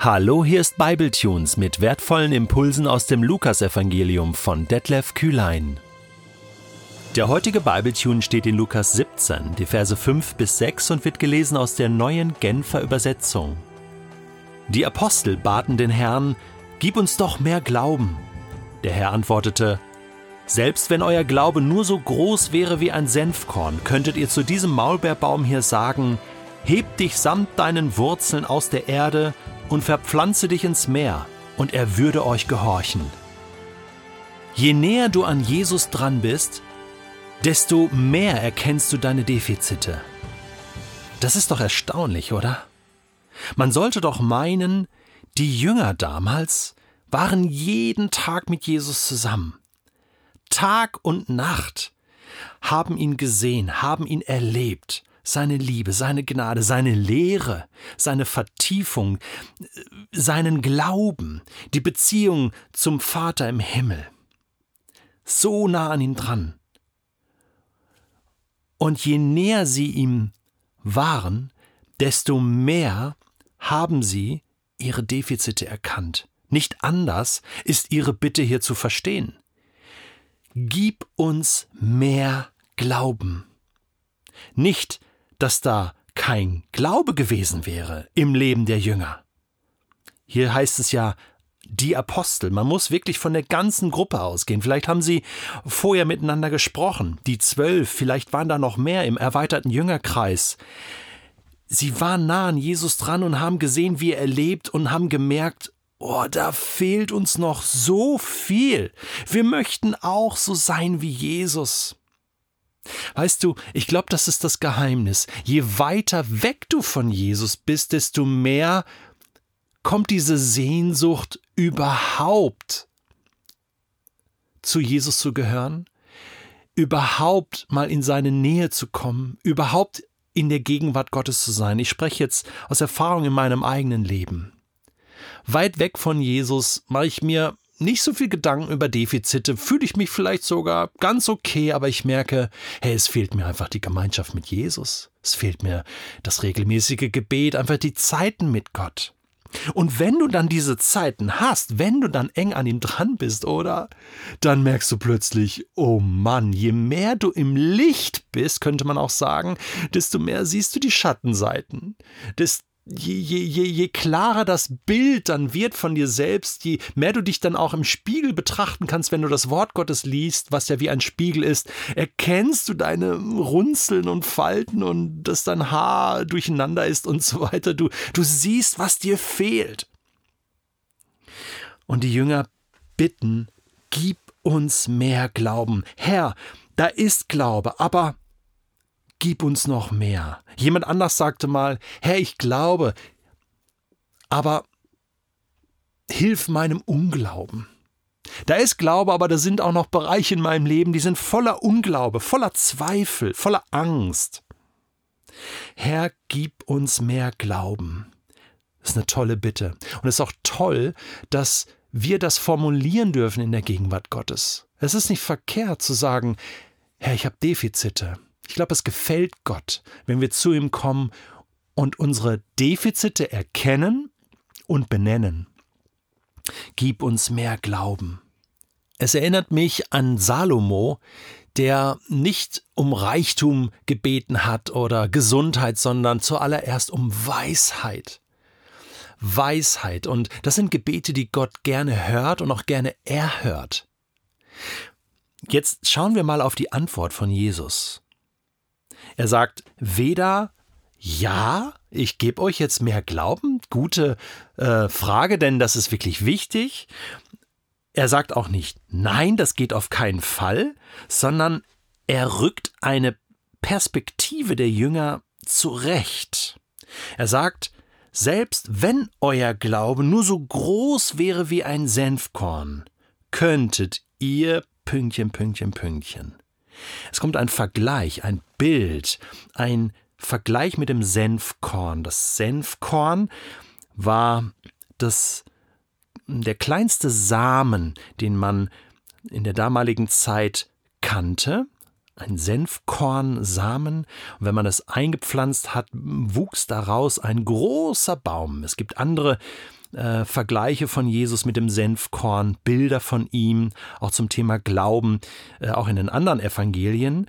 Hallo, hier ist Bibletunes mit wertvollen Impulsen aus dem Lukasevangelium von Detlef Kühlein. Der heutige Bibletune steht in Lukas 17, die Verse 5 bis 6 und wird gelesen aus der neuen Genfer Übersetzung. Die Apostel baten den Herrn: Gib uns doch mehr Glauben. Der Herr antwortete: Selbst wenn euer Glaube nur so groß wäre wie ein Senfkorn, könntet ihr zu diesem Maulbeerbaum hier sagen: Heb dich samt deinen Wurzeln aus der Erde und verpflanze dich ins Meer, und er würde euch gehorchen. Je näher du an Jesus dran bist, desto mehr erkennst du deine Defizite. Das ist doch erstaunlich, oder? Man sollte doch meinen, die Jünger damals waren jeden Tag mit Jesus zusammen. Tag und Nacht haben ihn gesehen, haben ihn erlebt. Seine Liebe, seine Gnade, seine Lehre, seine Vertiefung, seinen Glauben, die Beziehung zum Vater im Himmel. So nah an ihm dran. Und je näher sie ihm waren, desto mehr haben sie ihre Defizite erkannt. Nicht anders ist ihre Bitte hier zu verstehen. Gib uns mehr Glauben. Nicht, dass da kein Glaube gewesen wäre im Leben der Jünger. Hier heißt es ja, die Apostel. Man muss wirklich von der ganzen Gruppe ausgehen. Vielleicht haben sie vorher miteinander gesprochen. Die 12, vielleicht waren da noch mehr im erweiterten Jüngerkreis. Sie waren nah an Jesus dran und haben gesehen, wie er lebt und haben gemerkt, da fehlt uns noch so viel. Wir möchten auch so sein wie Jesus. Weißt du, ich glaube, das ist das Geheimnis. Je weiter weg du von Jesus bist, desto mehr kommt diese Sehnsucht, überhaupt zu Jesus zu gehören, überhaupt mal in seine Nähe zu kommen, überhaupt in der Gegenwart Gottes zu sein. Ich spreche jetzt aus Erfahrung in meinem eigenen Leben. Weit weg von Jesus mache ich mir nicht so viel Gedanken über Defizite, fühle ich mich vielleicht sogar ganz okay, aber ich merke, es fehlt mir einfach die Gemeinschaft mit Jesus. Es fehlt mir das regelmäßige Gebet, einfach die Zeiten mit Gott. Und wenn du dann diese Zeiten hast, wenn du dann eng an ihm dran bist, oder? Dann merkst du plötzlich, oh Mann, je mehr du im Licht bist, könnte man auch sagen, desto mehr siehst du die Schattenseiten. Je klarer das Bild dann wird von dir selbst, je mehr du dich dann auch im Spiegel betrachten kannst, wenn du das Wort Gottes liest, was ja wie ein Spiegel ist, erkennst du deine Runzeln und Falten und dass dein Haar durcheinander ist und so weiter. Du siehst, was dir fehlt. Und die Jünger bitten, gib uns mehr Glauben. Herr, da ist Glaube, aber gib uns noch mehr. Jemand anders sagte mal, Herr, ich glaube, aber hilf meinem Unglauben. Da ist Glaube, aber da sind auch noch Bereiche in meinem Leben, die sind voller Unglaube, voller Zweifel, voller Angst. Herr, gib uns mehr Glauben. Das ist eine tolle Bitte. Und es ist auch toll, dass wir das formulieren dürfen in der Gegenwart Gottes. Es ist nicht verkehrt zu sagen, Herr, ich habe Defizite. Ich glaube, es gefällt Gott, wenn wir zu ihm kommen und unsere Defizite erkennen und benennen. Gib uns mehr Glauben. Es erinnert mich an Salomo, der nicht um Reichtum gebeten hat oder Gesundheit, sondern zuallererst um Weisheit. Weisheit. Und das sind Gebete, die Gott gerne hört und auch gerne erhört. Jetzt schauen wir mal auf die Antwort von Jesus. Er sagt weder, ja, ich gebe euch jetzt mehr Glauben, gute Frage, denn das ist wirklich wichtig. Er sagt auch nicht, nein, das geht auf keinen Fall, sondern er rückt eine Perspektive der Jünger zurecht. Er sagt, selbst wenn euer Glaube nur so groß wäre wie ein Senfkorn, könntet ihr ... Es kommt ein Vergleich, ein Bild, ein Vergleich mit dem Senfkorn. Das Senfkorn war der kleinste Samen, den man in der damaligen Zeit kannte. ein Senfkornsamen. Und wenn man es eingepflanzt hat, wuchs daraus ein großer Baum. Es gibt andere Vergleiche von Jesus mit dem Senfkorn, Bilder von ihm, auch zum Thema Glauben, auch in den anderen Evangelien.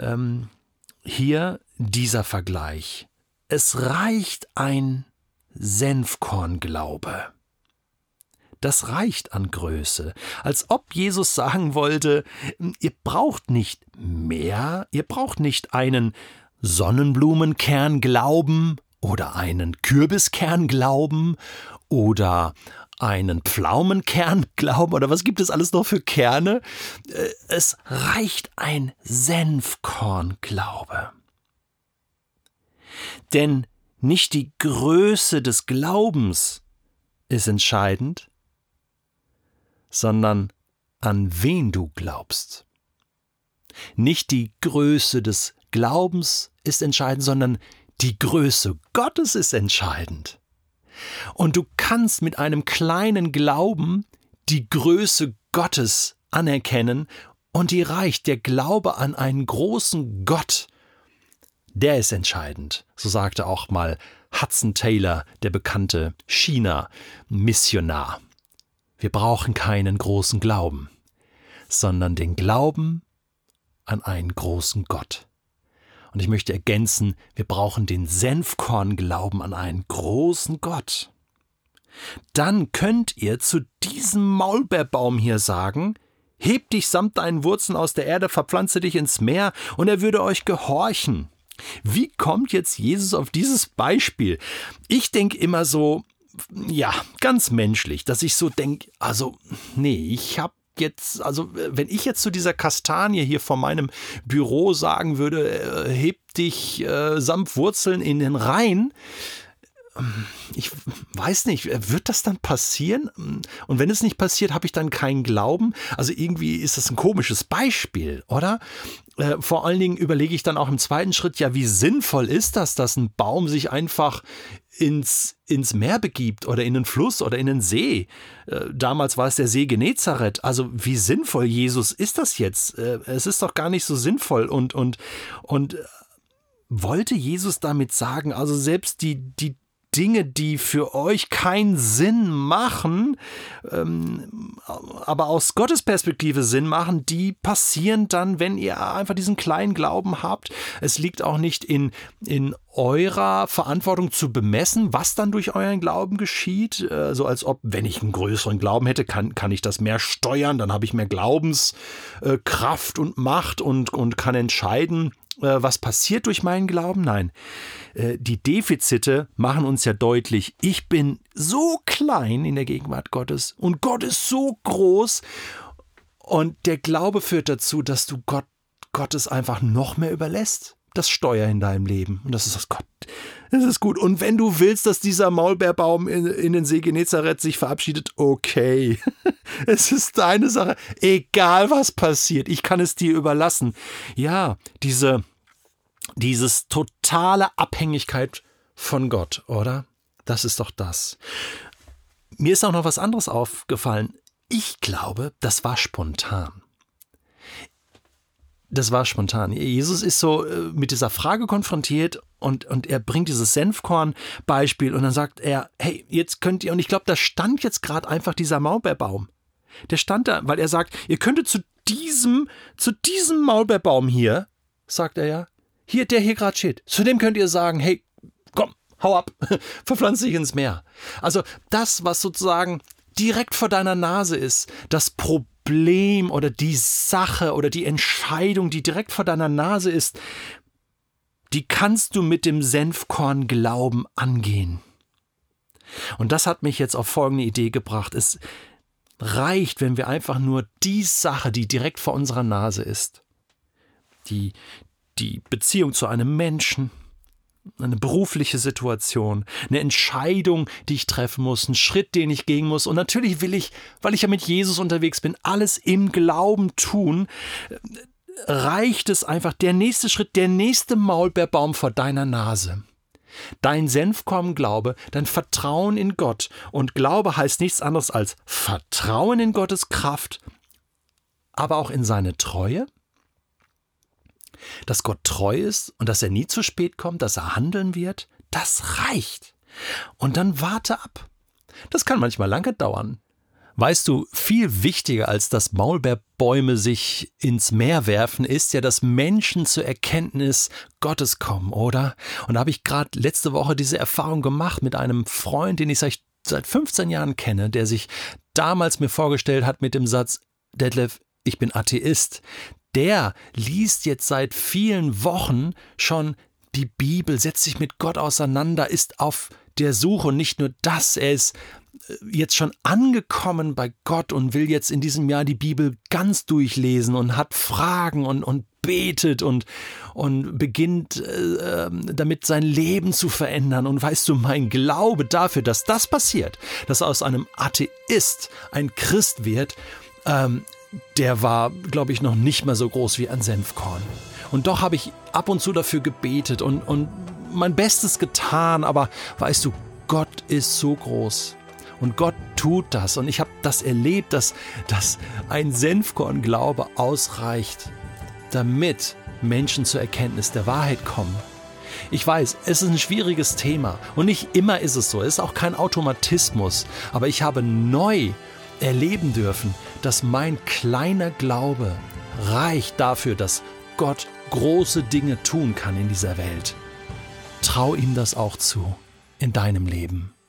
Hier dieser Vergleich. Es reicht ein Senfkornglaube. Das reicht an Größe. Als ob Jesus sagen wollte, ihr braucht nicht mehr, ihr braucht nicht einen Sonnenblumenkernglauben oder einen Kürbiskernglauben oder einen Pflaumenkernglauben oder was gibt es alles noch für Kerne? Es reicht ein Senfkornglaube. Denn nicht die Größe des Glaubens ist entscheidend, sondern an wen du glaubst. Nicht die Größe des Glaubens ist entscheidend, sondern die Größe Gottes ist entscheidend. Und du kannst mit einem kleinen Glauben die Größe Gottes anerkennen und die reicht. Der Glaube an einen großen Gott, der ist entscheidend. So sagte auch mal Hudson Taylor, der bekannte China-Missionar. Wir brauchen keinen großen Glauben, sondern den Glauben an einen großen Gott. Und ich möchte ergänzen, wir brauchen den Senfkornglauben an einen großen Gott. Dann könnt ihr zu diesem Maulbeerbaum hier sagen, heb dich samt deinen Wurzeln aus der Erde, verpflanze dich ins Meer und er würde euch gehorchen. Wie kommt jetzt Jesus auf dieses Beispiel? Ich denke immer so, ja, ganz menschlich, dass ich so denke, wenn ich jetzt zu dieser Kastanie hier vor meinem Büro sagen würde, heb dich samt Wurzeln in den Rhein, ich weiß nicht, wird das dann passieren? Und wenn es nicht passiert, habe ich dann keinen Glauben? Also irgendwie ist das ein komisches Beispiel, oder? Vor allen Dingen überlege ich dann auch im zweiten Schritt, ja, wie sinnvoll ist das, dass ein Baum sich einfach ins Meer begibt oder in einen Fluss oder in einen See. Damals war es der See Genezareth. Also wie sinnvoll, Jesus, ist das jetzt? Es ist doch gar nicht so sinnvoll. Und wollte Jesus damit sagen, also selbst die Dinge, die für euch keinen Sinn machen, aber aus Gottes Perspektive Sinn machen, die passieren dann, wenn ihr einfach diesen kleinen Glauben habt. Es liegt auch nicht in eurer Verantwortung zu bemessen, was dann durch euren Glauben geschieht. So als ob, wenn ich einen größeren Glauben hätte, kann ich das mehr steuern, dann habe ich mehr Glaubenskraft und Macht und kann entscheiden, was passiert durch meinen Glauben? Nein, die Defizite machen uns ja deutlich, ich bin so klein in der Gegenwart Gottes und Gott ist so groß und der Glaube führt dazu, dass du Gottes einfach noch mehr überlässt, das Steuer in deinem Leben. Und das ist Gott. Das ist gut. Und wenn du willst, dass dieser Maulbeerbaum in den See Genezareth sich verabschiedet, okay. Es ist deine Sache. Egal, was passiert. Ich kann es dir überlassen. Ja, dieses totale Abhängigkeit von Gott, oder? Das ist doch das. Mir ist auch noch was anderes aufgefallen. Ich glaube, das war spontan. Das war spontan. Jesus ist so mit dieser Frage konfrontiert und er bringt dieses Senfkorn-Beispiel und dann sagt er, hey, jetzt könnt ihr, und ich glaube, da stand jetzt gerade einfach dieser Maulbeerbaum. Der stand da, weil er sagt, ihr könntet zu diesem Maulbeerbaum hier, sagt er ja, der hier gerade steht, zu dem könnt ihr sagen, hey, komm, hau ab, verpflanze dich ins Meer. Also das, was sozusagen direkt vor deiner Nase ist, das Problem oder die Sache oder die Entscheidung, die direkt vor deiner Nase ist, die kannst du mit dem Senfkornglauben angehen. Und das hat mich jetzt auf folgende Idee gebracht. Es reicht, wenn wir einfach nur die Sache, die direkt vor unserer Nase ist, die Beziehung zu einem Menschen, eine berufliche Situation, eine Entscheidung, die ich treffen muss, einen Schritt, den ich gehen muss. Und natürlich will ich, weil ich ja mit Jesus unterwegs bin, alles im Glauben tun. Reicht es einfach, der nächste Schritt, der nächste Maulbeerbaum vor deiner Nase. Dein Senfkornglaube, dein Vertrauen in Gott. Und Glaube heißt nichts anderes als Vertrauen in Gottes Kraft, aber auch in seine Treue. Dass Gott treu ist und dass er nie zu spät kommt, dass er handeln wird, das reicht. Und dann warte ab. Das kann manchmal lange dauern. Weißt du, viel wichtiger als dass Maulbeerbäume sich ins Meer werfen, ist ja, dass Menschen zur Erkenntnis Gottes kommen, oder? Und da habe ich gerade letzte Woche diese Erfahrung gemacht mit einem Freund, den ich seit 15 Jahren kenne, der sich damals mir vorgestellt hat mit dem Satz: Detlef, ich bin Atheist. Der liest jetzt seit vielen Wochen schon die Bibel, setzt sich mit Gott auseinander, ist auf der Suche, und nicht nur das, er ist jetzt schon angekommen bei Gott und will jetzt in diesem Jahr die Bibel ganz durchlesen und hat Fragen und betet und beginnt damit sein Leben zu verändern. Und weißt du, mein Glaube dafür, dass das passiert, dass aus einem Atheist ein Christ wird, der war, glaube ich, noch nicht mal so groß wie ein Senfkorn. Und doch habe ich ab und zu dafür gebetet und mein Bestes getan, aber weißt du, Gott ist so groß. Und Gott tut das. Und ich habe das erlebt, dass ein Senfkorn-Glaube ausreicht, damit Menschen zur Erkenntnis der Wahrheit kommen. Ich weiß, es ist ein schwieriges Thema. Und nicht immer ist es so. Es ist auch kein Automatismus. Aber ich habe neu erleben dürfen, dass mein kleiner Glaube reicht dafür, dass Gott große Dinge tun kann in dieser Welt. Trau ihm das auch zu in deinem Leben.